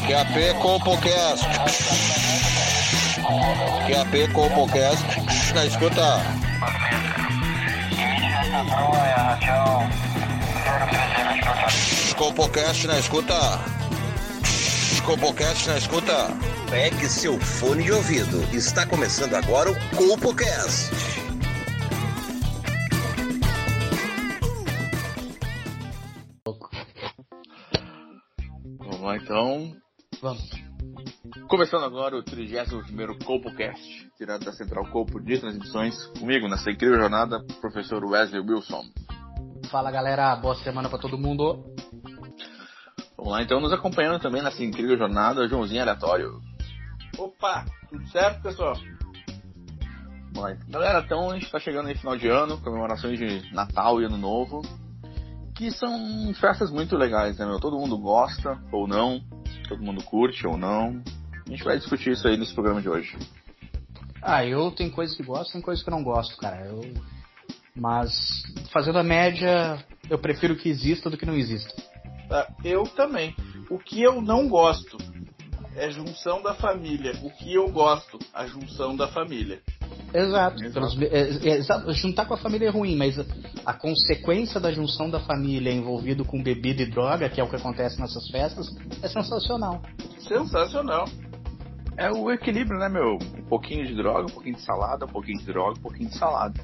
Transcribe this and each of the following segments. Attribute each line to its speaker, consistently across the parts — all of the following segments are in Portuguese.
Speaker 1: QAP CompoCast. QAP CompoCast. Na escuta. CompoCast na escuta. CompoCast na escuta.
Speaker 2: Pegue seu fone de ouvido. Está começando agora o CompoCast.
Speaker 3: Vamos lá então.
Speaker 4: Vamos.
Speaker 3: Começando agora o 31º CompoCast, tirado da Central Compo de Transmissões. Comigo, nessa incrível jornada, professor Wesley Wilson.
Speaker 4: Fala galera, boa semana pra todo mundo.
Speaker 3: Vamos lá então, nos acompanhando também nessa incrível jornada, Joãozinho Aleatório.
Speaker 5: Opa, tudo certo, pessoal?
Speaker 3: Vamos lá, galera, então a gente tá chegando aí final de ano, comemorações de Natal e Ano Novo, que são festas muito legais, né, meu? Todo mundo gosta ou não, todo mundo curte ou não. A gente vai discutir isso aí nesse programa de hoje.
Speaker 4: Eu tenho coisas que gosto, tem coisas que eu não gosto, cara. Mas, fazendo a média, eu prefiro que exista do que não exista.
Speaker 5: Eu também. O que eu não gosto é junção da família. O que eu gosto, a junção da família.
Speaker 4: Exato. Juntar com a família é ruim, mas a consequência da junção da família envolvido com bebida e droga, que é o que acontece nessas festas, é sensacional.
Speaker 5: Sensacional.
Speaker 3: É o equilíbrio, né, meu? Um pouquinho de droga, um pouquinho de salada, um pouquinho de droga, um pouquinho de salada.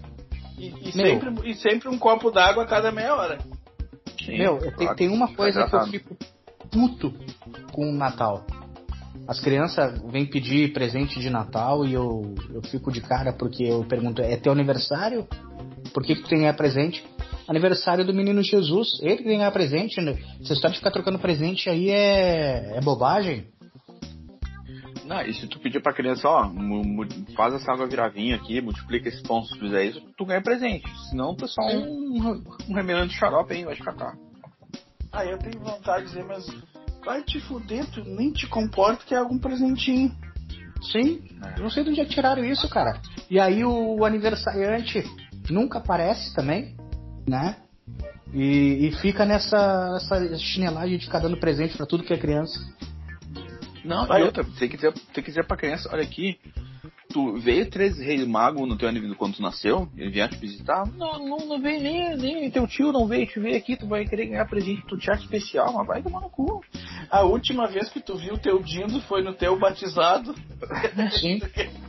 Speaker 5: E sempre um copo d'água a cada meia hora.
Speaker 3: Sim,
Speaker 4: tem uma coisa que eu fico puto com o Natal. As crianças vêm pedir presente de Natal e eu fico de cara porque eu pergunto, é teu aniversário? Por que tu tem que ganhar presente? Aniversário do menino Jesus, ele que tem que ganhar presente, né? Essa história de ficar trocando presente aí é bobagem.
Speaker 3: Não, e se tu pedir pra criança, faz essa água virar vinho aqui, multiplica esses pão, se tu fizer isso, tu ganha presente. Senão o pessoal um remelando de xarope aí, vai te catar.
Speaker 5: Eu tenho vontade de dizer, mas vai te fuder, tu nem te comporta que é algum presentinho.
Speaker 4: Sim, eu não sei de onde é que tiraram isso, cara. E aí o aniversariante nunca aparece também, né? E fica nessa chinelagem de ficar dando presente pra tudo que é criança.
Speaker 3: Não, e outra, tem que dizer pra criança, olha aqui, tu veio 13 Reis Magos no teu aniversário quando tu nasceu, ele vieram te visitar, não veio nem teu tio não veio te ver aqui, tu vai querer ganhar presente do teatro especial, mas vai tomar no cu.
Speaker 5: A última vez que tu viu teu Dindo foi no teu batizado.
Speaker 4: Sim.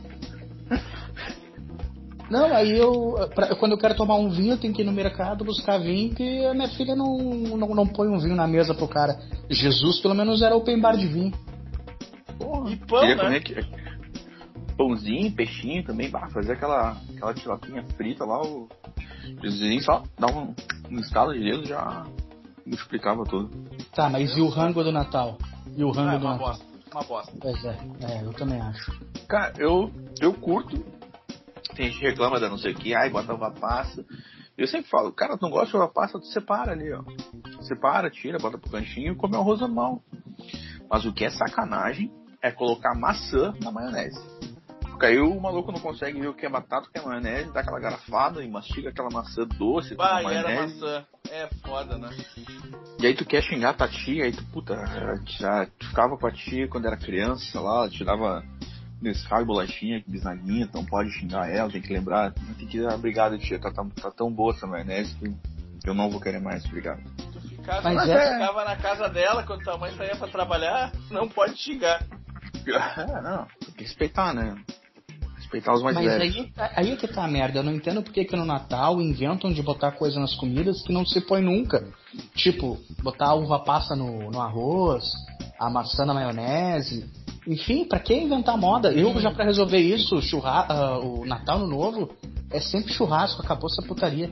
Speaker 4: Não, aí quando eu quero tomar um vinho, eu tenho que ir no mercado buscar vinho, porque a minha filha não põe um vinho na mesa pro cara. Jesus, pelo menos, era open bar de vinho.
Speaker 5: Porra, e pão, né?
Speaker 3: Pãozinho, peixinho também, fazer aquela tilapinha frita lá, o Jesus só dava um estalo de dedo, já multiplicava tudo.
Speaker 4: Tá, mas e o rango do Natal? E o rango do Natal?
Speaker 5: Uma bosta.
Speaker 4: Pois é, eu também acho.
Speaker 3: Cara, eu curto. Tem gente que reclama da não sei o que, bota uva passa. Eu sempre falo, cara, tu não gosta de uva passa, tu separa ali, ó. Separa, tira, bota pro cantinho e come arroz normal. Mas o que é sacanagem é colocar maçã na maionese. Porque aí o maluco não consegue ver o que é batata, o que é maionese, dá aquela garfada e mastiga aquela maçã doce com a maionese.
Speaker 5: Era maçã. É foda, né?
Speaker 3: E aí tu quer xingar a tia, aí tu, já tu ficava com a tia quando era criança lá, te dava Nescau e bolachinha, bisnaguinha, não pode xingar ela, tem que lembrar, tem que dizer, obrigado tia, tá tão boa essa maionese que eu não vou querer mais, obrigado.
Speaker 5: Tu ficava na casa dela quando tua mãe saía pra trabalhar, não pode xingar.
Speaker 3: Não, tem que respeitar, né? Respeitar os mais velhos.
Speaker 4: Mas aí é que tá a merda. Eu não entendo porque que no Natal inventam de botar coisa nas comidas que não se põe nunca. Tipo, botar a uva passa no arroz, a maçã na maionese. Enfim, pra que inventar moda? Eu já pra resolver isso, o Natal no Novo é sempre churrasco, acabou essa putaria.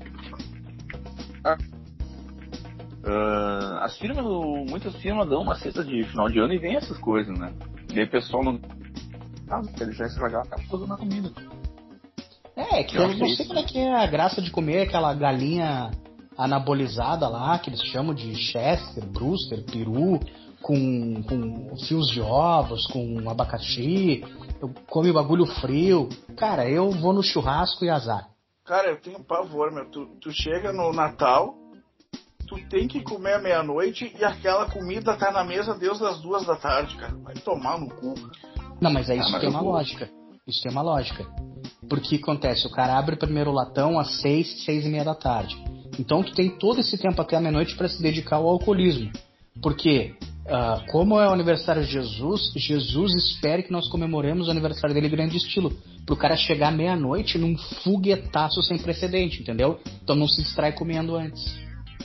Speaker 3: Muitas firmas dão uma cesta de final de ano e vem essas coisas, né? E aí o pessoal não quer deixar estragar, acaba toda na comida.
Speaker 4: Que eu não sei como é que é a graça de comer aquela galinha anabolizada lá, que eles chamam de Chester, Brewster, peru, com fios de ovos, com abacaxi, eu come bagulho frio. Cara, eu vou no churrasco e azar.
Speaker 5: Cara, eu tenho pavor, meu. Tu chega no Natal, tu tem que comer à meia-noite e aquela comida tá na mesa desde as 2 da tarde, cara. Vai tomar no cu.
Speaker 4: Não, mas aí isso tem uma lógica. Isso tem uma lógica. Porque acontece, o cara abre o primeiro latão às 6, 6:30 da tarde. Então tu tem todo esse tempo até a meia-noite para se dedicar ao alcoolismo. Porque, como é o aniversário de Jesus, Jesus espera que nós comemoremos o aniversário dele em grande estilo. Pro cara chegar meia-noite num foguetaço sem precedente, entendeu? Então não se distrai comendo antes.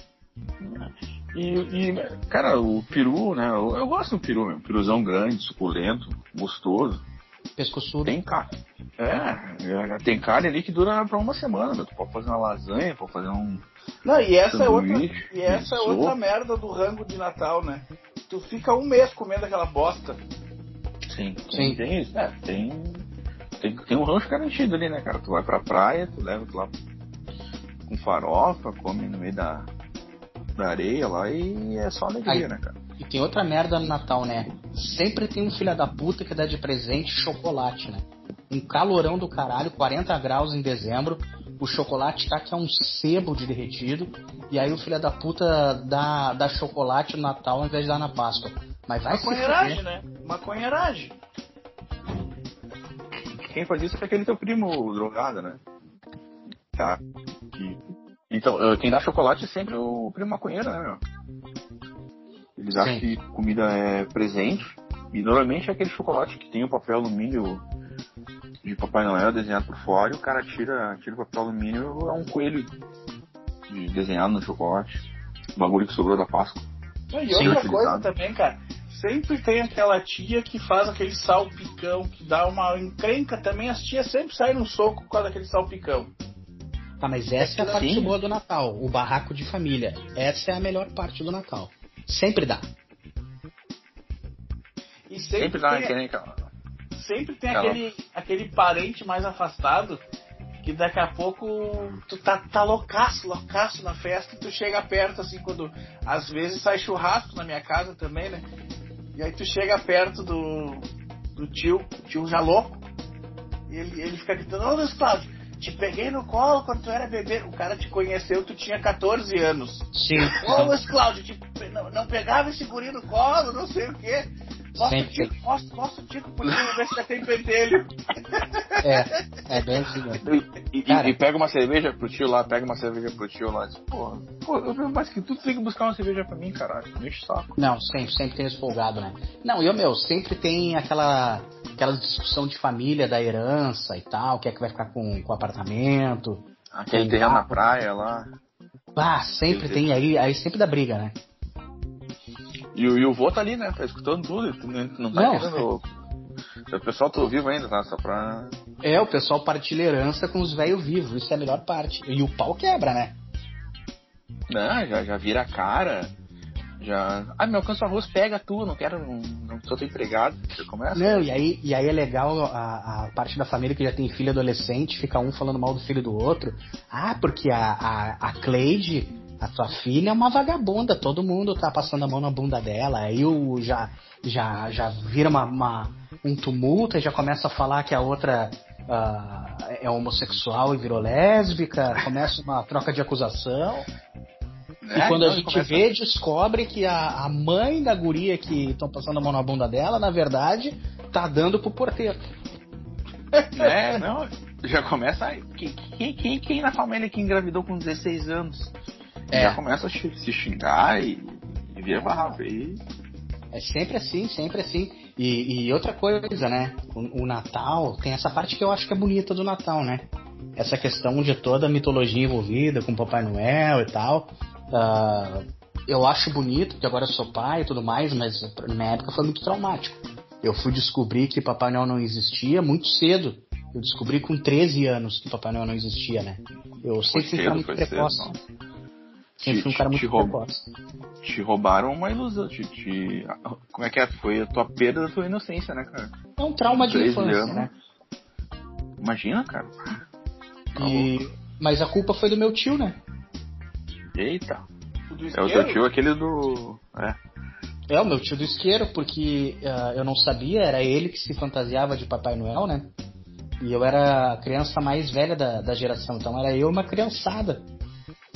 Speaker 3: E cara, o peru, né? Eu gosto do peru, mesmo. Peruzão grande, suculento, gostoso.
Speaker 4: Pescoçudo.
Speaker 3: Tem carne. Tem carne ali que dura pra uma semana, meu. Tu pode fazer uma lasanha, pode fazer um.
Speaker 5: Não, e essa
Speaker 3: sanduíche,
Speaker 5: é outra merda do rango de Natal, né? Tu fica um mês comendo aquela bosta.
Speaker 3: Sim. Tem isso. Tem um rancho garantido ali, né, cara? Tu vai pra praia, tu leva tu lá com farofa, come no meio da areia lá e é só alegria, né, cara?
Speaker 4: E tem outra merda no Natal, né? Sempre tem um filho da puta que dá de presente chocolate, né? Um calorão do caralho, 40 graus em dezembro, o chocolate tá que é um sebo de derretido, e aí o filho da puta dá chocolate no Natal ao invés de dar na Páscoa. Mas vai
Speaker 5: maconheiragem, né? Maconheiragem.
Speaker 3: Quem faz isso é aquele teu primo drogado, né? Tá. Então, quem dá chocolate é sempre o primo maconheiro, né, meu? Eles acham que comida é presente. E normalmente é aquele chocolate que tem o papel alumínio de Papai Noel desenhado por fora. E o cara tira o papel alumínio, é um coelho desenhado no chocolate. O bagulho que sobrou da Páscoa.
Speaker 5: E outra coisa também, cara. Sempre tem aquela tia que faz aquele salpicão, que dá uma encrenca também. As tias sempre saem no soco por causa daquele salpicão.
Speaker 4: Tá, mas essa é a parte boa do Natal, o barraco de família. Essa é a melhor parte do Natal. Sempre dá.
Speaker 5: E sempre dá, sempre tem aquele parente mais afastado que daqui a pouco tu tá loucaço na festa e tu chega perto, assim, quando às vezes sai churrasco na minha casa também, né? E aí tu chega perto do tio já louco, e ele fica gritando: ô Luiz Cláudio, te peguei no colo quando tu era bebê. O cara te conheceu, tu tinha 14 anos.
Speaker 4: Sim.
Speaker 5: Ô Luiz Cláudio, não pegava esse guri no colo, não sei o quê. Mostra o Tico pro Tico ver se já tem pentelho.
Speaker 4: É bem assim, né?
Speaker 3: E pega uma cerveja pro tio lá, diz, pô, mas que tu tem que buscar uma cerveja pra mim, caralho, me enche o saco.
Speaker 4: Não, sempre tem esse folgado, né? Não, sempre tem aquela discussão de família, da herança e tal, quem é que vai ficar com o apartamento.
Speaker 3: Aquele terreno na praia lá.
Speaker 4: Sempre tem, aí sempre dá briga, né?
Speaker 3: E o vô tá ali, né? Tá escutando tudo. Não tá querendo. O pessoal tá vivo ainda, tá? Só pra.
Speaker 4: O pessoal partilha herança com os velhos vivos. Isso é a melhor parte. E o pau quebra, né?
Speaker 3: Não, já vira a cara. Me alcança o arroz, pega tu, não quero. Não sou teu empregado. Você começa.
Speaker 4: Não, e aí é legal a parte da família que já tem filho adolescente, fica um falando mal do filho do outro. Porque a Cleide, a tua filha, é uma vagabunda, todo mundo tá passando a mão na bunda dela, aí já vira um tumulto e já começa a falar que a outra é homossexual e virou lésbica, começa uma troca de acusação. E quando a gente descobre que a mãe da guria que estão passando a mão na bunda dela, na verdade, tá dando pro porteiro.
Speaker 3: Já começa aí. Quem na família que engravidou com 16 anos? Já começa a se xingar e vira barraco aí.
Speaker 4: É sempre assim. E outra coisa, né? O Natal tem essa parte que eu acho que é bonita do Natal, né? Essa questão de toda a mitologia envolvida com Papai Noel e tal. Eu acho bonito, porque agora eu sou pai e tudo mais, mas na minha época foi muito traumático. Eu fui descobrir que Papai Noel não existia muito cedo. Eu descobri com 13 anos que Papai Noel não existia, né? Eu sempre fui um cara muito precoce. Sempre fui um cara muito precoce.
Speaker 3: Te roubaram uma ilusão. Como é que é? Foi a tua perda da tua inocência, né, cara?
Speaker 4: É um trauma de infância, né?
Speaker 3: Imagina, cara.
Speaker 4: Mas a culpa foi do meu tio, né?
Speaker 3: Eita. É o teu tio, aquele do...
Speaker 4: É o meu tio do isqueiro, porque eu não sabia, era ele que se fantasiava de Papai Noel, né? E eu era a criança mais velha da geração, então era eu uma criançada.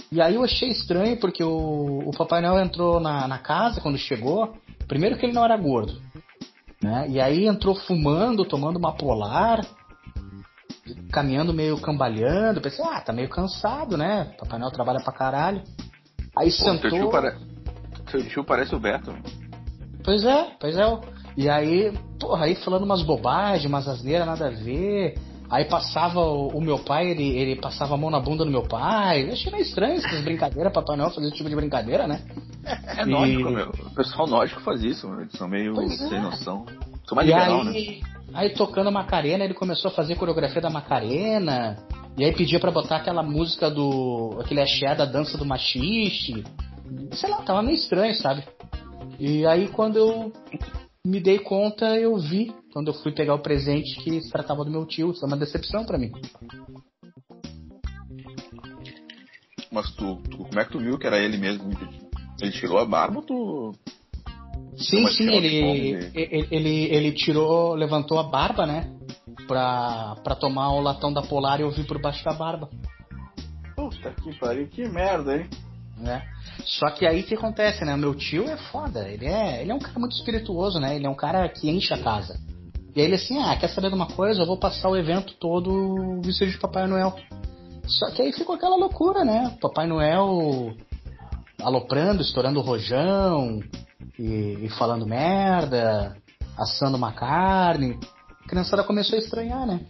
Speaker 4: E aí eu achei estranho porque o Papai Noel entrou na casa quando chegou. Primeiro que ele não era gordo, né? E aí entrou fumando, tomando uma polar, caminhando meio cambalhando. Pensei, tá meio cansado, né? Papai Noel trabalha pra caralho. Aí sentou...
Speaker 3: Seu tio parece o Beto.
Speaker 4: Pois é. E aí, aí falando umas bobagens, umas asneiras, nada a ver. Aí passava o meu pai, ele passava a mão na bunda do meu pai. Eu achei meio estranho essas brincadeiras, Papai Noel fazer esse tipo de brincadeira, né?
Speaker 3: É nórdico, meu. O pessoal nórdico faz isso, meu. Eles são meio sem noção. São mais liberal, né?
Speaker 4: Aí tocando a Macarena, ele começou a fazer coreografia da Macarena. E aí pedia pra botar aquela música aquele axé da dança do machixe. Sei lá, tava meio estranho, sabe? E aí quando eu me dei conta, eu vi, quando eu fui pegar o presente, que se tratava do meu tio. Foi uma decepção pra mim.
Speaker 3: Mas como é que tu viu que era ele mesmo? Ele tirou a barba ou tu...
Speaker 4: Sim, ele tirou, levantou a barba, né? Pra tomar o latão da Polar e eu vi por baixo da barba.
Speaker 5: Puta que pariu, que merda, hein?
Speaker 4: Só que aí o que acontece, né? Meu tio é foda, ele é um cara muito espirituoso, né? Ele é um cara que enche a casa. E aí ele assim, quer saber de uma coisa? Eu vou passar o evento todo vestido de Papai Noel. Só que aí ficou aquela loucura, né? Papai Noel aloprando, estourando o rojão e falando merda, assando uma carne. A criançada começou a estranhar, né?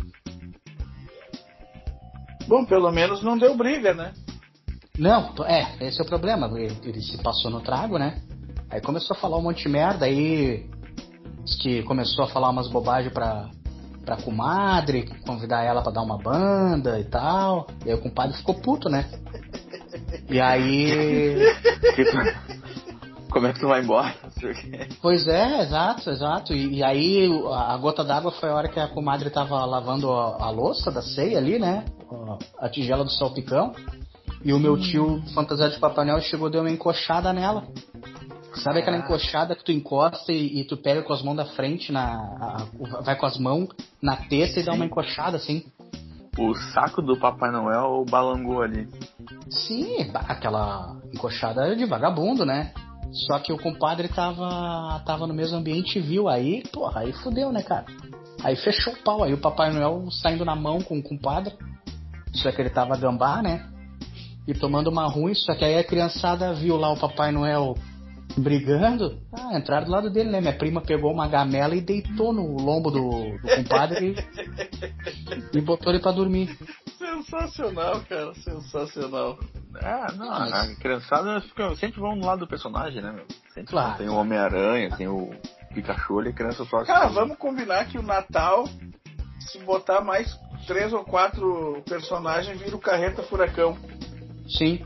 Speaker 5: Bom, pelo menos não deu briga, né?
Speaker 4: Não, esse é o problema. Ele se passou no trago, né? Aí começou a falar um monte de merda. Aí disse que começou a falar umas bobagens pra comadre, convidar ela pra dar uma banda e tal. E aí o compadre ficou puto, né? E aí...
Speaker 3: Como é que tu vai embora?
Speaker 4: Pois é, exato. E aí a gota d'água foi a hora que a comadre tava lavando a louça da ceia ali, né? A tigela do salpicão. E o meu tio, fantasiado de Papai Noel, chegou e deu uma encoxada nela. Sabe aquela encoxada que tu encosta e tu pega com as mãos da frente, vai com as mãos na testa e dá uma encoxada assim?
Speaker 3: O saco do Papai Noel balangou ali.
Speaker 4: Sim, aquela encoxada de vagabundo, né? Só que o compadre tava no mesmo ambiente e viu. Aí, aí fudeu, né, cara? Aí fechou o pau. Aí o Papai Noel saindo na mão com o compadre. Só que ele tava gambá, né? E tomando uma ruim. Só que aí a criançada viu lá o Papai Noel brigando. Entraram do lado dele, né? Minha prima pegou uma gamela e deitou no lombo do compadre e botou ele pra dormir.
Speaker 5: Sensacional, cara. Sensacional.
Speaker 3: A criançada sempre vão no lado do personagem, né, meu? Sempre
Speaker 4: claro.
Speaker 3: Tem o Homem-Aranha, tem o Pikachu, e a criança só...
Speaker 5: Cara, vamos combinar que o Natal, se botar mais 3 ou 4 personagens, vira o Carreta Furacão.
Speaker 4: Sim.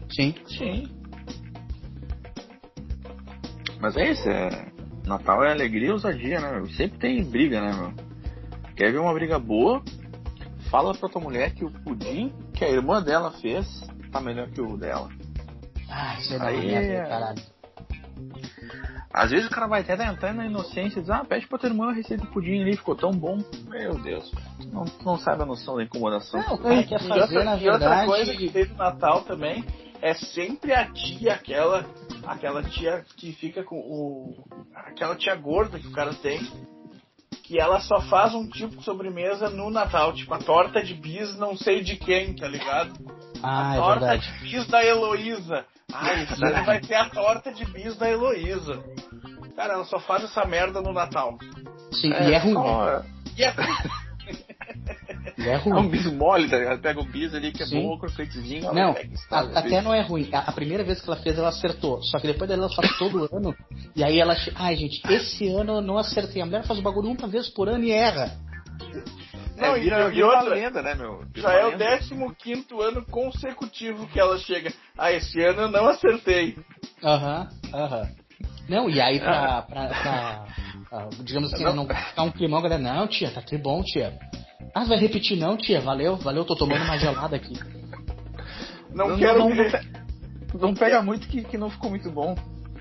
Speaker 3: Mas é isso, Natal é alegria e ousadia, né, meu? Sempre tem briga, né, meu? Quer ver uma briga boa? Fala pra tua mulher que o pudim que a irmã dela fez tá melhor que o dela.
Speaker 4: Isso aí caralho.
Speaker 3: Às vezes o cara vai até entrar na inocência e diz, pede pra tua irmã a receita do pudim ali, ficou tão bom. Meu Deus, não sabe a noção da incomodação.
Speaker 4: Não, o cara quer fazer, na verdade...
Speaker 5: outra coisa que teve no Natal também é sempre a tia, aquela tia que fica com aquela tia gorda que o cara tem, que ela só faz um tipo de sobremesa no Natal, tipo a torta de bis não sei de quem, tá ligado? A torta de bis da Heloísa. Esse ano vai ter a torta de bis da Heloísa. Cara, ela só faz essa merda no Natal.
Speaker 4: Sim, e é ruim.
Speaker 5: E é ruim.
Speaker 4: É ruim.
Speaker 3: É um bis mole, tá ligado? Pega o bis ali que é bom, croquetezinho.
Speaker 4: Não, até não é ruim. A primeira vez que ela fez, ela acertou. Só que depois dela ela faz todo ano. E aí ela... gente, esse ano eu não acertei. A mulher faz o bagulho uma vez por ano e erra.
Speaker 5: Não, e outra
Speaker 3: lenda, né, meu?
Speaker 5: Já é o 15º ano consecutivo que ela chega. Esse ano eu não acertei.
Speaker 4: Aham. Não, e aí digamos assim, não ficar um climão, galera. Não, tia, tá bom, tia. Vai repetir não, tia? Valeu, tô tomando uma gelada aqui.
Speaker 3: Não pega muito que não ficou muito bom.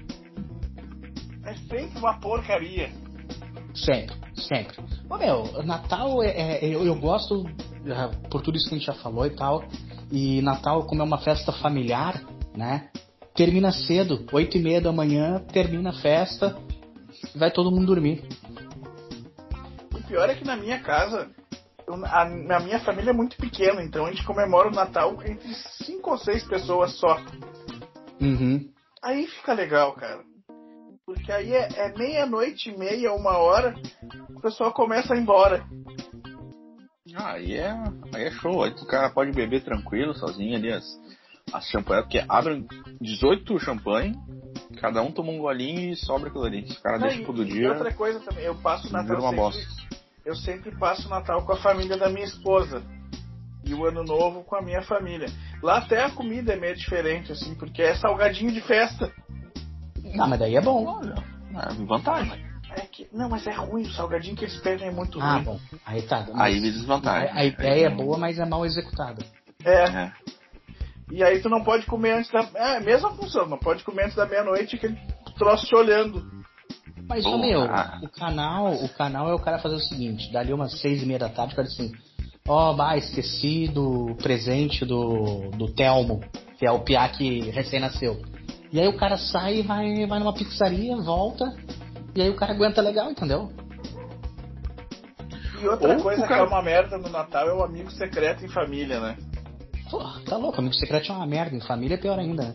Speaker 5: É sempre uma porcaria.
Speaker 4: Sempre. Meu, Natal eu gosto por tudo isso que a gente já falou e tal. E Natal, como é uma festa familiar, né? Termina cedo, 8h30 da manhã, termina a festa, vai todo mundo dormir.
Speaker 5: O pior é que na minha casa, a minha família é muito pequena, então a gente comemora o Natal entre 5 ou 6 pessoas só.
Speaker 4: Uhum.
Speaker 5: Aí fica legal, cara. Porque aí é 00:30, 1h, o pessoal começa a ir embora.
Speaker 3: Aí é show. Aí o cara pode beber tranquilo, sozinho ali as champanhes, porque abrem 18 champanhe, cada um toma um golinho e sobra aquilo ali. O cara deixa todo dia.
Speaker 5: Outra coisa também, eu passo o Natal
Speaker 3: uma bosta.
Speaker 5: Eu sempre passo o Natal com a família da minha esposa. E o Ano Novo com a minha família. Lá até a comida é meio diferente, assim, porque é salgadinho de festa.
Speaker 4: Ah, mas daí é bom.
Speaker 3: Olha, é vantagem.
Speaker 5: Não, mas é ruim, o salgadinho que eles pedem é muito ruim.
Speaker 4: Ah, bom. Aí tá.
Speaker 3: Aí me desvantagem.
Speaker 4: A ideia é boa, mas é mal executada.
Speaker 5: É. E aí tu não pode comer antes da... É a mesma função, não pode comer antes da meia-noite, aquele troço te olhando.
Speaker 4: Mas, o canal é o cara fazer o seguinte, dali umas 6h30 da tarde, o cara assim, esqueci do presente do Telmo, que é o piá que recém-nasceu. E aí o cara sai e vai numa pizzaria, volta, e aí o cara aguenta legal, entendeu?
Speaker 5: E outra coisa que é uma merda no Natal é o amigo secreto em família, né?
Speaker 4: Pô, tá louco, amigo secreto é uma merda, em família é pior ainda, né?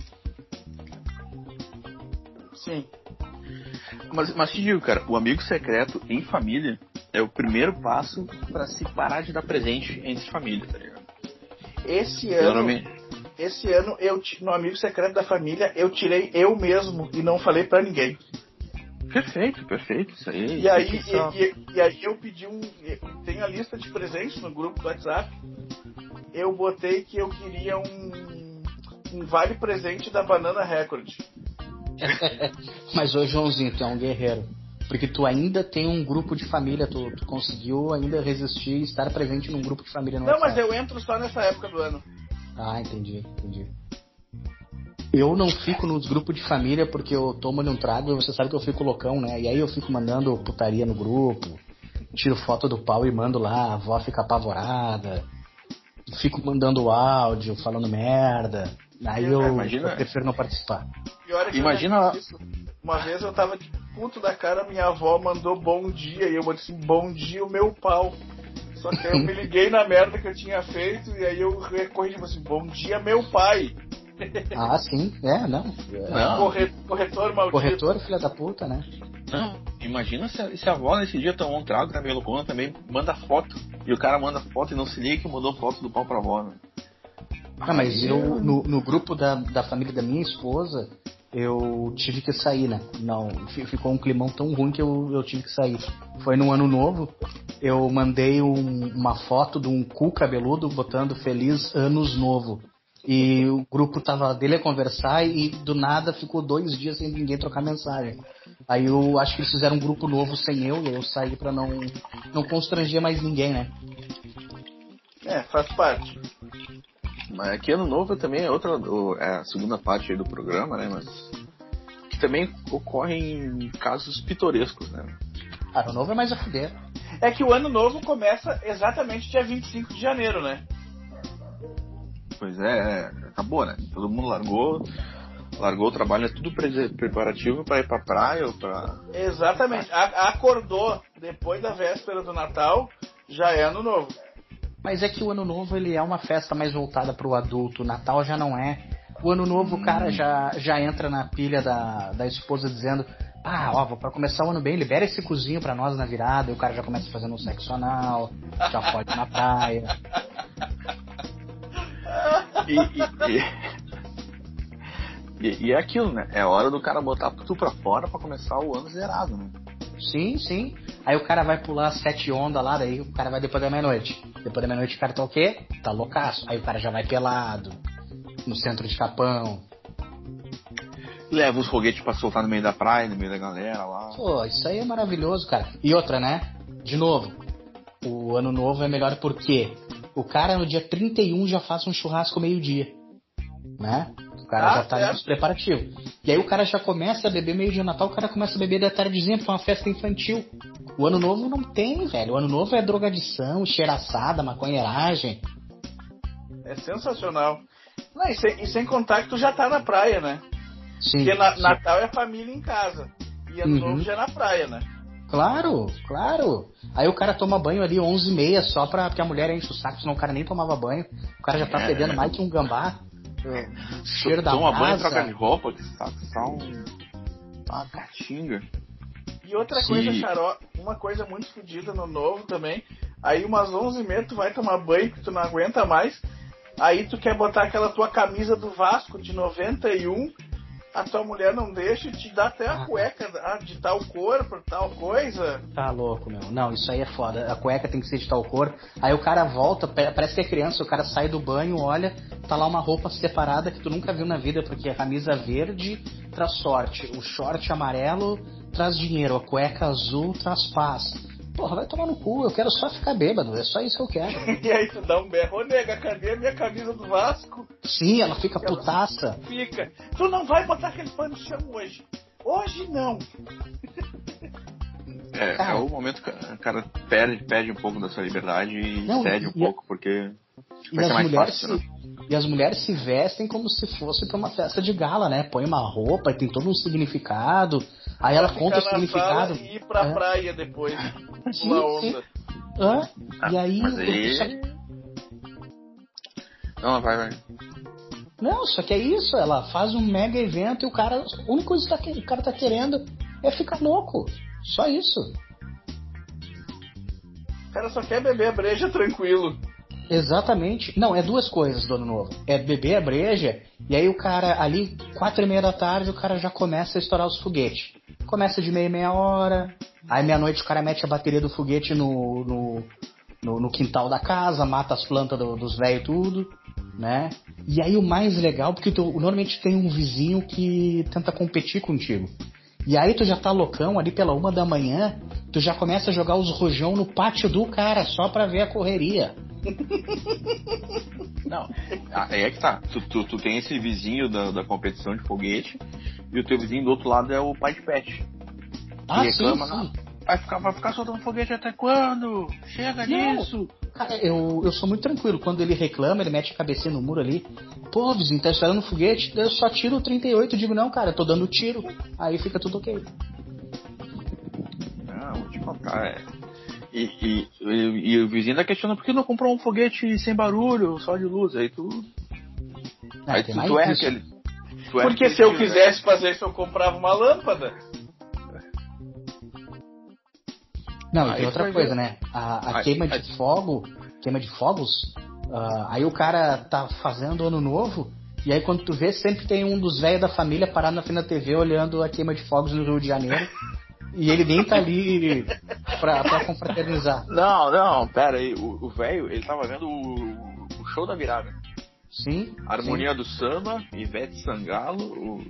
Speaker 5: Sim.
Speaker 3: Mas te digo, cara, o amigo secreto em família é o primeiro passo pra se parar de dar presente entre família, tá ligado?
Speaker 5: Esse ano, no amigo secreto da família, eu tirei eu mesmo e não falei pra ninguém.
Speaker 3: Perfeito, isso aí.
Speaker 5: E aí eu pedi tem a lista de presentes no grupo do WhatsApp. Eu botei que eu queria um vale presente da Banana Record.
Speaker 4: Mas, Joãozinho, tu é um guerreiro. Porque tu ainda tem um grupo de família, tu conseguiu ainda resistir e estar presente num grupo de família no WhatsApp.
Speaker 5: Não, mas eu entro só nessa época do ano.
Speaker 4: Ah, entendi. Eu não fico nos grupos de família porque eu tomo um trago e você sabe que eu fico loucão, né? E aí eu fico mandando putaria no grupo, tiro foto do pau e mando lá, a avó fica apavorada, fico mandando áudio, falando merda. Aí eu prefiro não participar.
Speaker 3: Imagina...
Speaker 5: Uma vez eu tava de puto da cara, minha avó mandou bom dia e eu mandei assim, bom dia o meu pau. Só que aí eu me liguei na merda que eu tinha feito e aí eu corrigi assim, bom dia meu pai.
Speaker 4: Ah, sim, não.
Speaker 5: Corretor maldito.
Speaker 4: Corretor, filha da puta, né?
Speaker 3: Não, imagina se a avó nesse dia tomou um trago, tá meio loucona também, manda foto. E o cara manda foto e não se liga que mandou foto do pau pra avó, né?
Speaker 4: Ah, mas eu, no grupo da família da minha esposa, eu tive que sair, né? Não, ficou um climão tão ruim que eu tive que sair. Foi no Ano Novo, eu mandei uma foto de um cu cabeludo botando Feliz Anos Novo. E o grupo tava dele a conversar e do nada ficou 2 dias sem ninguém trocar mensagem. Aí eu acho que eles fizeram um grupo novo sem eu, e eu saí pra não constranger mais ninguém, né?
Speaker 5: Faz parte.
Speaker 3: Mas aqui Ano Novo também é a segunda parte aí do programa, né? Mas que também ocorrem casos pitorescos, né?
Speaker 4: Ano Novo é mais a fuder.
Speaker 5: É que o Ano Novo começa exatamente dia 25 de janeiro, né?
Speaker 3: Pois acabou, né? Todo mundo largou o trabalho, é tudo preparativo pra ir pra praia ou pra...
Speaker 5: Exatamente. Acordou depois da véspera do Natal, já é Ano Novo.
Speaker 4: Mas é que o Ano Novo ele é uma festa mais voltada pro adulto, o Natal já não é. O Ano Novo o cara já entra na pilha da esposa dizendo: pra começar o ano bem, libera esse cozinho pra nós na virada, e o cara já começa fazendo um sexo anal, já pode ir na praia.
Speaker 3: E é aquilo, né? É hora do cara botar tudo pra fora pra começar o ano zerado, né?
Speaker 4: Sim. Aí o cara vai pular 7 ondas lá, daí o cara vai depois da meia-noite. Depois da meia-noite o cara tá o quê? Tá loucaço. Aí o cara já vai pelado, no centro de Capão.
Speaker 3: Leva os foguetes pra soltar no meio da praia, no meio da galera lá.
Speaker 4: Pô, isso aí é maravilhoso, cara. E outra, né? De novo, o Ano Novo é melhor porque o cara no dia 31 já faz um churrasco meio-dia, né? O cara já tá nos preparativos. E aí o cara já começa a beber meio-dia Natal, o cara começa a beber da tardezinha, porque é uma festa infantil. O Ano Novo não tem, velho. O Ano Novo é drogadição, cheiraçada, maconheiragem.
Speaker 5: É sensacional. Não, e sem contar que tu já tá na praia, né?
Speaker 4: Sim.
Speaker 5: Porque Natal é a família em casa. E Ano Novo já é na praia, né?
Speaker 4: Claro. Aí o cara toma banho ali 11h30 só porque a mulher enche o saco, senão o cara nem tomava banho. O cara já tá fedendo mais que um gambá. Cheiro da
Speaker 3: toma banho,
Speaker 4: brasa.
Speaker 3: troca de roupa, que tá uma catinga.
Speaker 5: E outra coisa, Xarope, uma coisa muito fodida no Novo também. Aí umas 11h30 tu vai tomar banho que tu não aguenta mais. Aí tu quer botar aquela tua camisa do Vasco de 91. A tua mulher não deixa e te dá até a cueca de tal cor, por tal coisa.
Speaker 4: Tá louco, meu. Não, isso aí é foda. A cueca tem que ser de tal cor. Aí o cara volta, parece que é criança, o cara sai do banho, olha, tá lá uma roupa separada que tu nunca viu na vida, porque a camisa verde traz sorte, o short amarelo traz dinheiro, a cueca azul traz paz. Porra, vai tomar no cu, eu quero só ficar bêbado, é só isso que eu quero.
Speaker 5: E aí tu dá um berro, ô nega, cadê a minha camisa do Vasco?
Speaker 4: Sim, ela fica putaça.
Speaker 5: Fica. Tu não vai botar aquele pano no chão hoje. Hoje não.
Speaker 3: É o momento que o cara perde um pouco da sua liberdade e cede um pouco, porque vai ser mais fácil, né?
Speaker 4: E as mulheres se vestem como se fosse pra uma festa de gala, né? Põe uma roupa, tem todo um significado. Aí ela conta o significado.
Speaker 5: E ir pra praia depois. Uma onda.
Speaker 4: E aí.
Speaker 3: Não, vai.
Speaker 4: Não, só que é isso. Ela faz um mega evento e o cara. A única coisa que o cara tá querendo é ficar louco. Só isso.
Speaker 5: O cara só quer beber a breja tranquilo.
Speaker 4: Exatamente. Não, é duas coisas do Ano Novo. É beber a breja, e aí o cara, ali, 4h30 da tarde, o cara já começa a estourar os foguetes. Começa de meia hora, aí meia-noite o cara mete a bateria do foguete no quintal da casa, mata as plantas dos velhos tudo, né? E aí o mais legal, porque tu normalmente tem um vizinho que tenta competir contigo. E aí tu já tá loucão ali pela 1 da manhã, tu já começa a jogar os rojão no pátio do cara, só pra ver a correria.
Speaker 3: Não, aí é que tá. Tu tem esse vizinho da competição de foguete e o teu vizinho do outro lado é o pai de pet. Que reclama,
Speaker 4: sim.
Speaker 3: Vai ficar soltando foguete até quando? Chega disso!
Speaker 4: Cara, eu sou muito tranquilo. Quando ele reclama, ele mete a cabecinha no muro ali. Pô, vizinho, tá estourando foguete? Eu só tiro o 38. Eu digo, não, cara, eu tô dando tiro. Aí fica tudo ok.
Speaker 3: Não, vou te contar, E o vizinho tá questionando por que não comprou um foguete sem barulho, só de luz. Aí tu. Aí tu erra aquele.
Speaker 5: Porque se eu quisesse fazer isso, eu comprava uma lâmpada.
Speaker 4: Não, e tem outra coisa, né? A queima de fogos, aí o cara tá fazendo Ano Novo, e aí quando tu vê, sempre tem um dos velhos da família parado na frente da TV olhando a queima de fogos no Rio de Janeiro. E ele nem tá ali pra confraternizar.
Speaker 3: Não, pera aí. O velho, ele tava vendo o show da virada.
Speaker 4: Sim.
Speaker 3: Harmonia do Samba, Ivete Sangalo, o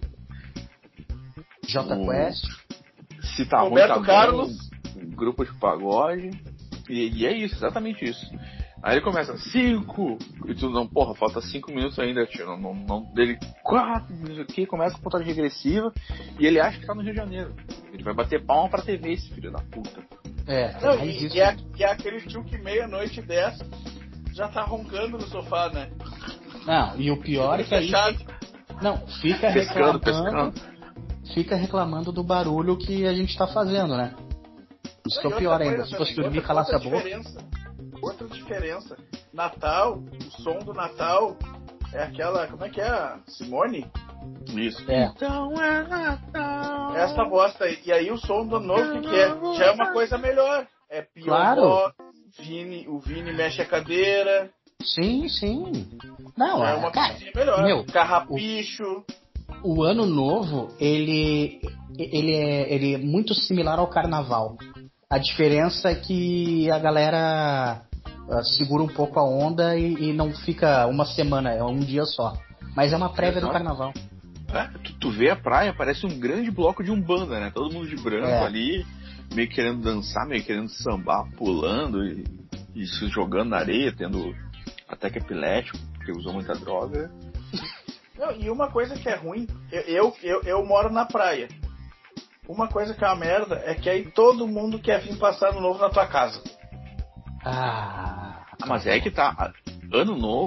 Speaker 4: J Quest.
Speaker 3: Se tá
Speaker 5: Roberto
Speaker 3: ruim, tá
Speaker 5: Carlos.
Speaker 3: Bom, grupo de pagode. E é isso, exatamente isso. Aí ele começa, 5! E tu não, porra, falta 5 minutos ainda, tio. Não, dele, 4 minutos aqui, começa com contagem regressiva. E ele acha que tá no Rio de Janeiro. Ele vai bater palma pra TV, esse filho da puta.
Speaker 5: Não, e é aquele tio que meia-noite dessa já tá roncando no sofá, né?
Speaker 4: Não, e o pior é que aí. Não, fica reclamando. Fica reclamando do barulho que a gente tá fazendo, né? Isso que é o pior ainda. Se fosse dormir, calasse a boca.
Speaker 5: Outra diferença. Natal, o som do Natal é aquela. Como é que é? Simone?
Speaker 3: Isso.
Speaker 5: Então é Natal. Essa bosta aí. E aí o som do novo, que é? Já é uma coisa melhor. É pior.
Speaker 4: Claro.
Speaker 5: O Vini mexe a cadeira.
Speaker 4: Sim. Não,
Speaker 5: é uma coisinha melhor.
Speaker 4: Meu,
Speaker 5: Carrapicho.
Speaker 4: O Ano Novo, ele é muito similar ao Carnaval. A diferença é que a galera segura um pouco a onda e não fica uma semana, é um dia só. Mas é uma prévia do Carnaval.
Speaker 3: Tu vê a praia, parece um grande bloco de umbanda, né? Todo mundo de branco ali, meio querendo dançar, meio querendo sambar, pulando e se jogando na areia, tendo ataque epilético, porque usou muita droga.
Speaker 5: Não, e uma coisa que é ruim, eu moro na praia. Uma coisa que é uma merda é que aí todo mundo quer vir passar Ano Novo na tua casa.
Speaker 3: Mas é que tá. Ano Novo,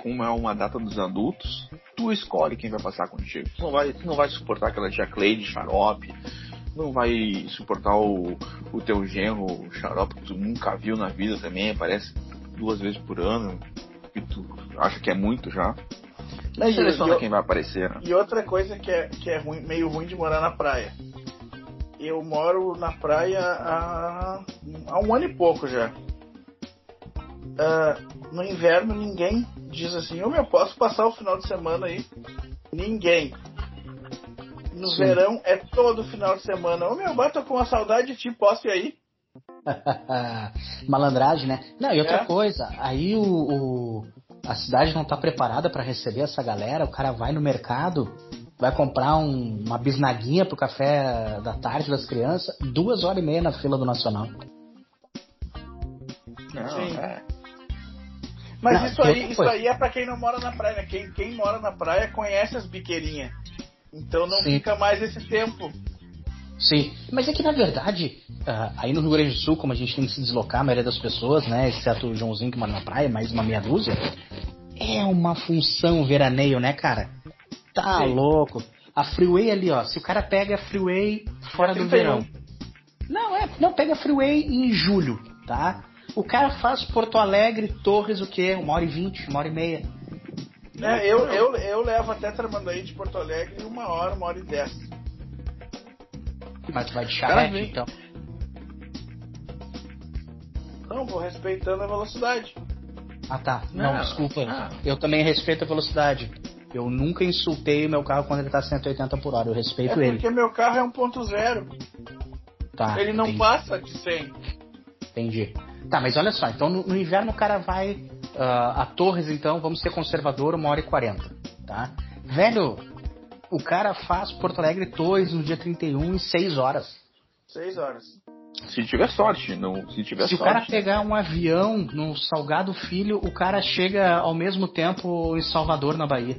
Speaker 3: como é uma data dos adultos, tu escolhe quem vai passar contigo. Tu não vai suportar aquela tia Cleide xarope, não vai suportar o teu genro xarope que tu nunca viu na vida também, aparece 2 vezes por ano, e tu acha que é muito já. Daí seleciona quem vai aparecer, né?
Speaker 5: E outra coisa que é ruim, meio ruim de morar na praia. Eu moro na praia há 1 ano e pouco já. No inverno ninguém diz assim, eu posso passar o final de semana aí. Ninguém. No
Speaker 4: Sim.
Speaker 5: verão é todo final de semana. Tô com uma saudade de ti, posso ir aí?
Speaker 4: Malandragem, né? Não, e outra coisa, aí a cidade não tá preparada pra receber essa galera, o cara vai no mercado, vai comprar uma bisnaguinha pro café da tarde das crianças, 2h30 na fila do Nacional.
Speaker 3: Não,
Speaker 5: Sim.
Speaker 3: é.
Speaker 5: Mas
Speaker 4: Não,
Speaker 5: isso aí é pra quem não mora na praia, né? Quem mora na praia conhece as biqueirinhas. Então não
Speaker 4: Sim.
Speaker 5: fica mais esse tempo.
Speaker 4: Sim, mas é que na verdade, aí no Rio Grande do Sul, como a gente tem que se deslocar, a maioria das pessoas, né, exceto o Joãozinho que mora na praia, mais uma meia dúzia, é uma função veraneio, né, cara? Tá
Speaker 5: Sim.
Speaker 4: louco. A freeway ali, ó, se o cara pega a freeway fora do
Speaker 5: 31.
Speaker 4: verão. Não, pega a freeway em julho, tá? O cara faz Porto Alegre, Torres, o quê? 1h20, 1h30.
Speaker 5: Eu levo até Tramandaí de Porto Alegre 1h, 1h10.
Speaker 4: Mas tu vai de charrete, então.
Speaker 5: Não, vou respeitando a velocidade.
Speaker 4: Ah, tá. Não,
Speaker 3: Não.
Speaker 4: desculpa. Eu também respeito a velocidade. Eu nunca insultei o meu carro quando ele tá 180 por hora. Eu respeito ele.
Speaker 5: Porque meu carro é 1.0.
Speaker 4: Tá,
Speaker 5: Ele não
Speaker 4: entendi.
Speaker 5: passa de 100.
Speaker 4: Entendi. Tá, mas olha só. Então no inverno o cara vai a Torres, então, vamos ser conservador, 1h40. Tá? Velho, o cara faz Porto Alegre Torres no dia 31 em 6 horas.
Speaker 5: 6 horas.
Speaker 3: Se tiver sorte,
Speaker 4: Se o cara pegar um avião no Salgado Filho, o cara chega ao mesmo tempo em Salvador, na Bahia.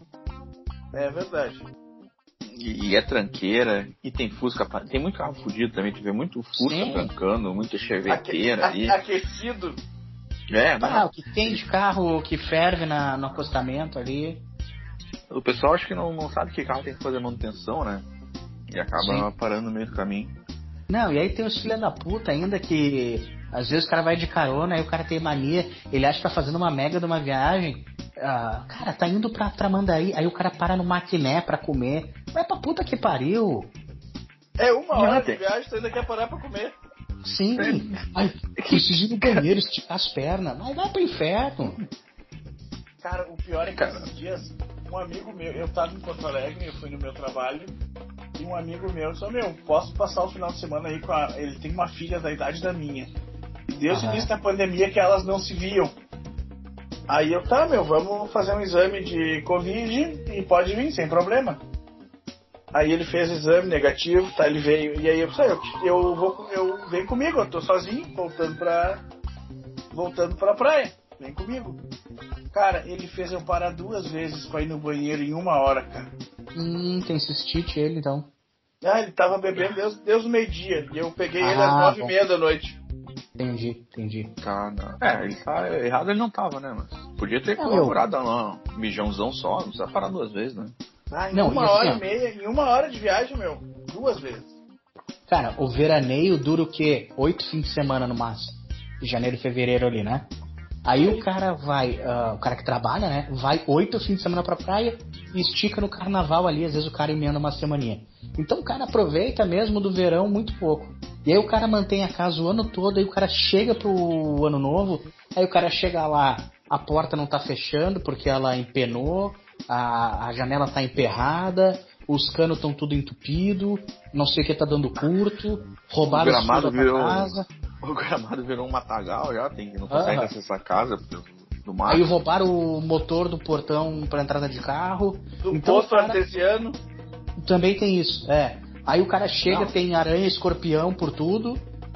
Speaker 5: É verdade.
Speaker 3: E é tranqueira, e tem Fusca, tem muito carro fudido também, tu vê muito Fusca
Speaker 4: Sim.
Speaker 3: trancando, muita cheveteira ali.
Speaker 5: Aquecido.
Speaker 3: Não.
Speaker 4: O que tem de carro que ferve no acostamento ali.
Speaker 3: O pessoal acho que não sabe que carro tem que fazer manutenção, né? E acaba
Speaker 4: Sim.
Speaker 3: parando no meio do caminho.
Speaker 4: Não, e aí tem os filhos da puta ainda que às vezes o cara vai de carona, aí o cara tem mania, ele acha que tá fazendo uma mega de uma viagem, cara, tá indo pra Tramandaí, aí o cara para no Maquiné pra comer. Vai pra puta que pariu.
Speaker 5: É 1h de viagem, tu ainda quer parar pra comer.
Speaker 4: Sim. Ai, preciso ir no banheiro, esticar as pernas. Mas vai pro inferno.
Speaker 5: Cara, o pior é que esses dias, um amigo meu, eu tava em Porto Alegre, eu fui no meu trabalho, e um amigo meu disse, posso passar o final de semana aí ele tem uma filha da idade da minha. E desde o início da pandemia que elas não se viam. Aí vamos fazer um exame de Covid e pode vir, sem problema. Aí ele fez o exame negativo, tá, ele veio, e aí eu disse, eu venho comigo, eu tô sozinho, voltando pra praia, vem comigo. Cara, ele fez eu parar 2 vezes pra ir no banheiro em 1 hora, cara.
Speaker 4: Tem cistite ele, então.
Speaker 5: Ele tava bebendo desde o meio-dia. E eu peguei ele às 9h30 da noite.
Speaker 4: Entendi.
Speaker 3: Tá, não. Ele tá errado, ele não tava, né? Mas podia ter colaborado lá, um mijãozão só, não precisa parar 2 vezes, né?
Speaker 5: Em 1h30, em 1 hora de viagem, 2 vezes.
Speaker 4: Cara, o veraneio dura o quê? 8 fins de semana no máximo. Janeiro e fevereiro ali, né? Aí o cara vai, o cara que trabalha, né? Vai 8 fins de semana pra praia e estica no carnaval ali, às vezes o cara emenda uma semaninha. Então o cara aproveita mesmo do verão muito pouco. E aí o cara mantém a casa o ano todo, aí o cara chega pro ano novo, aí o cara chega lá, a porta não tá fechando porque ela empenou, a janela tá emperrada, os canos estão tudo entupido, não sei o que tá dando curto, roubaram os fios da casa.
Speaker 3: O gramado virou um matagal já, não consegue acessar a casa do mar.
Speaker 4: Aí roubaram o motor do portão pra entrada de carro.
Speaker 5: Do
Speaker 4: então,
Speaker 5: posto artesiano.
Speaker 4: Também tem isso, Aí o cara chega, tem aranha, escorpião por tudo.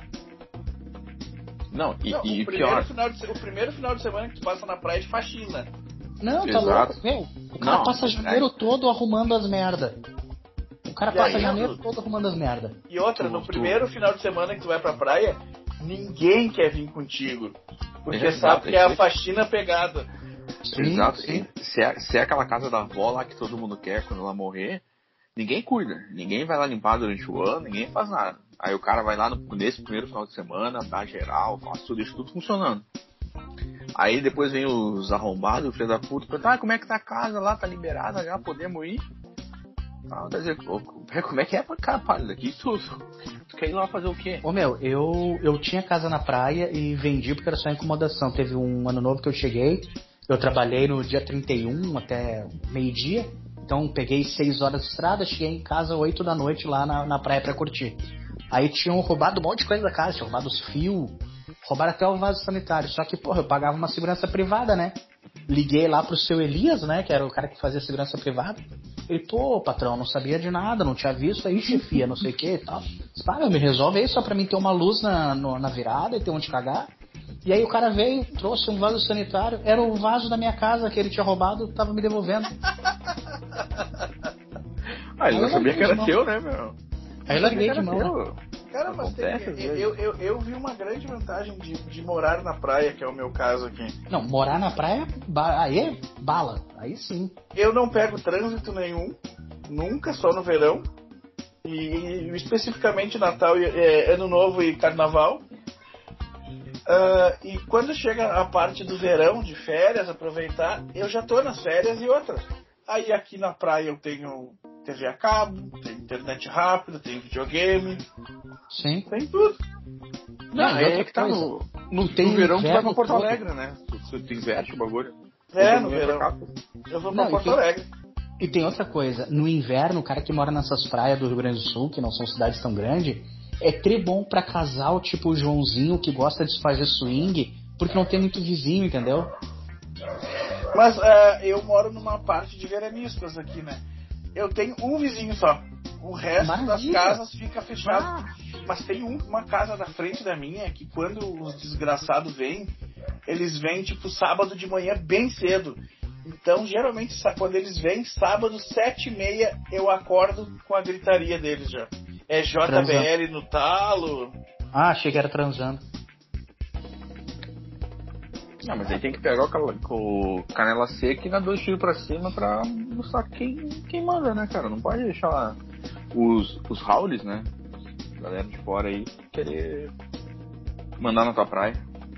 Speaker 3: Não,
Speaker 5: o
Speaker 3: pior.
Speaker 5: O primeiro final de semana que tu passa na praia é de faxina.
Speaker 4: Não, tá louco. O cara passa janeiro todo arrumando as merda. O cara passa janeiro todo arrumando as merda.
Speaker 5: E outra, no primeiro final de semana que tu vai pra praia, ninguém quer vir contigo. Porque sabe que é a faxina pegada.
Speaker 4: Sim,
Speaker 3: Exato.
Speaker 4: sim.
Speaker 3: Se é aquela casa da avó lá que todo mundo quer quando ela morrer, ninguém cuida. Ninguém vai lá limpar durante o ano, ninguém faz nada. Aí o cara vai lá nesse primeiro final de semana, dá geral, faz tudo, deixa tudo funcionando. Aí depois vem os arrombados, o filho da puta, pergunta, como é que tá a casa lá, tá liberada já, podemos ir? Quer dizer, como é que é pra cá, pálido aqui? Tu quer ir lá fazer o quê?
Speaker 4: Ô meu, eu tinha casa na praia e vendi porque era só incomodação. Teve um ano novo que eu cheguei, eu trabalhei no dia 31 até meio-dia, então peguei 6 horas de estrada, cheguei em casa 8 da noite lá na praia pra curtir. Aí tinham roubado um monte de coisa da casa, tinham roubado os fios, roubaram até o vaso sanitário. Só que, porra, eu pagava uma segurança privada, né? Liguei lá pro seu Elias, né? Que era o cara que fazia segurança privada. Ele, pô, patrão, não sabia de nada, não tinha visto aí, chefia, não sei o que e tal. Para, me resolve aí só pra mim ter uma luz na virada e ter onde cagar. E aí o cara veio, trouxe um vaso sanitário, era o vaso da minha casa que ele tinha roubado, tava me devolvendo.
Speaker 3: Ele não sabia que era teu, né, meu?
Speaker 4: Aí eu larguei de mão. Né?
Speaker 5: Cara, mas eu vi uma grande vantagem de morar na praia, que é o meu caso aqui.
Speaker 4: Não, morar na praia, aí é bala, aí sim.
Speaker 5: Eu não pego trânsito nenhum, nunca, só no verão. E especificamente Natal, Ano Novo e Carnaval. E quando chega a parte do verão, de férias, aproveitar, eu já tô nas férias e outra. Aí aqui na praia eu tenho TV a cabo, tenho internet rápida, tenho videogame.
Speaker 4: Sim.
Speaker 5: Tem tudo.
Speaker 3: Não, é que tá no verão tu vai pra Porto Alegre, né? Tu inverte o bagulho.
Speaker 5: No verão. Eu vou pra Porto Alegre.
Speaker 4: E tem outra coisa, no inverno, o cara que mora nessas praias do Rio Grande do Sul, que não são cidades tão grandes, é tribom pra casal tipo o Joãozinho, que gosta de fazer swing, porque não tem muito vizinho, entendeu?
Speaker 5: Mas eu moro numa parte de veranistas aqui, né? Eu tenho um vizinho só. O resto das casas fica fechado. Mas tem uma casa na frente da minha que quando os desgraçados vêm, eles vêm tipo sábado de manhã bem cedo. Então geralmente quando eles vêm, sábado 7h30 eu acordo com a gritaria deles já. É JBL transando no talo.
Speaker 4: Achei que era transando.
Speaker 3: Não, mas aí tem que pegar o canela seca e dar 2 tiros pra cima pra mostrar quem manda, né, cara? Não pode deixar lá os Raulis, né? Galera de fora aí querer mandar na tua praia.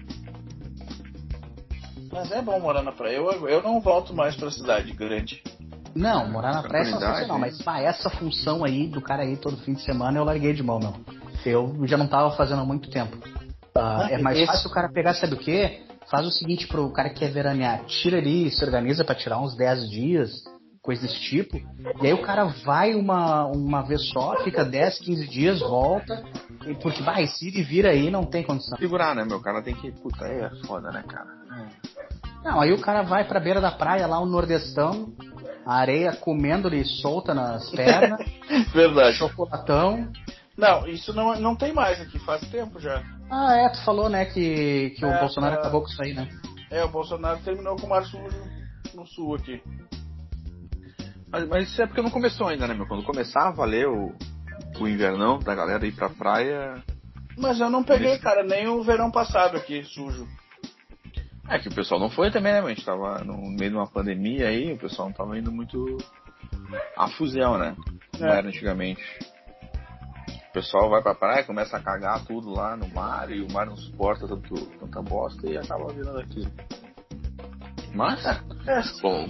Speaker 5: Mas é bom morar na praia. Eu não volto mais pra cidade grande.
Speaker 4: Não, morar na praia é sensacional, mas essa função aí do cara aí todo fim de semana eu larguei de mão, meu. Eu já não tava fazendo há muito tempo. É mais fácil o cara pegar, sabe o quê? Faz o seguinte pro cara que quer veranear, tira ali, se organiza pra tirar uns 10 dias, coisa desse tipo, e aí o cara vai uma vez só, fica 10, 15 dias, volta, porque se ele vira aí, não tem condição.
Speaker 3: Segurar, né, meu? O cara tem que, puta, é foda, né, cara?
Speaker 4: Não, aí o cara vai pra beira da praia, lá o nordestão, a areia comendo-lhe solta nas pernas.
Speaker 5: Verdade.
Speaker 4: Chocolatão.
Speaker 5: Não, isso não tem mais aqui, faz tempo já.
Speaker 4: Tu falou, né, que o Bolsonaro acabou com isso aí, né?
Speaker 5: O Bolsonaro terminou com o mar sujo no sul aqui.
Speaker 3: Mas isso é porque não começou ainda, né, meu? Quando começar a valer o invernão da galera ir pra praia...
Speaker 5: Mas eu não peguei, cara, nem o verão passado aqui, sujo.
Speaker 3: É que o pessoal não foi também, né? A gente tava no meio de uma pandemia aí, o pessoal não tava indo muito a fuzel, né? Como era antigamente. O pessoal vai pra praia, começa a cagar tudo lá no mar, e o mar não suporta tanta bosta e acaba virando aquilo. Mas, bom,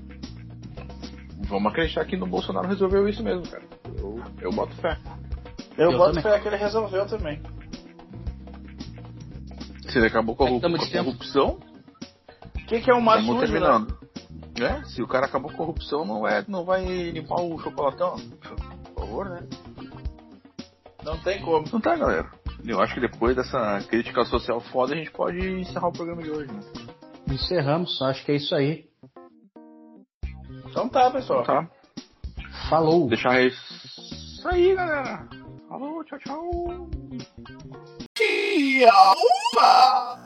Speaker 3: vamos acreditar que no Bolsonaro resolveu isso mesmo, cara. Eu boto fé.
Speaker 5: Eu boto fé que ele resolveu também.
Speaker 3: Se ele acabou com a corrupção...
Speaker 5: O que é um mar sujo,
Speaker 3: terminando. Né? Se o cara acabou com a corrupção, não vai limpar o chocolatão. Por favor, né?
Speaker 5: Não tem como.
Speaker 3: Não tá, galera. Eu acho que depois dessa crítica social foda, a gente pode encerrar o programa de hoje, né?
Speaker 4: Encerramos, acho que é isso aí.
Speaker 5: Então tá, pessoal.
Speaker 3: Tá.
Speaker 4: Falou.
Speaker 3: Deixar isso aí, galera. Falou, tchau, tchau.
Speaker 5: Tchau.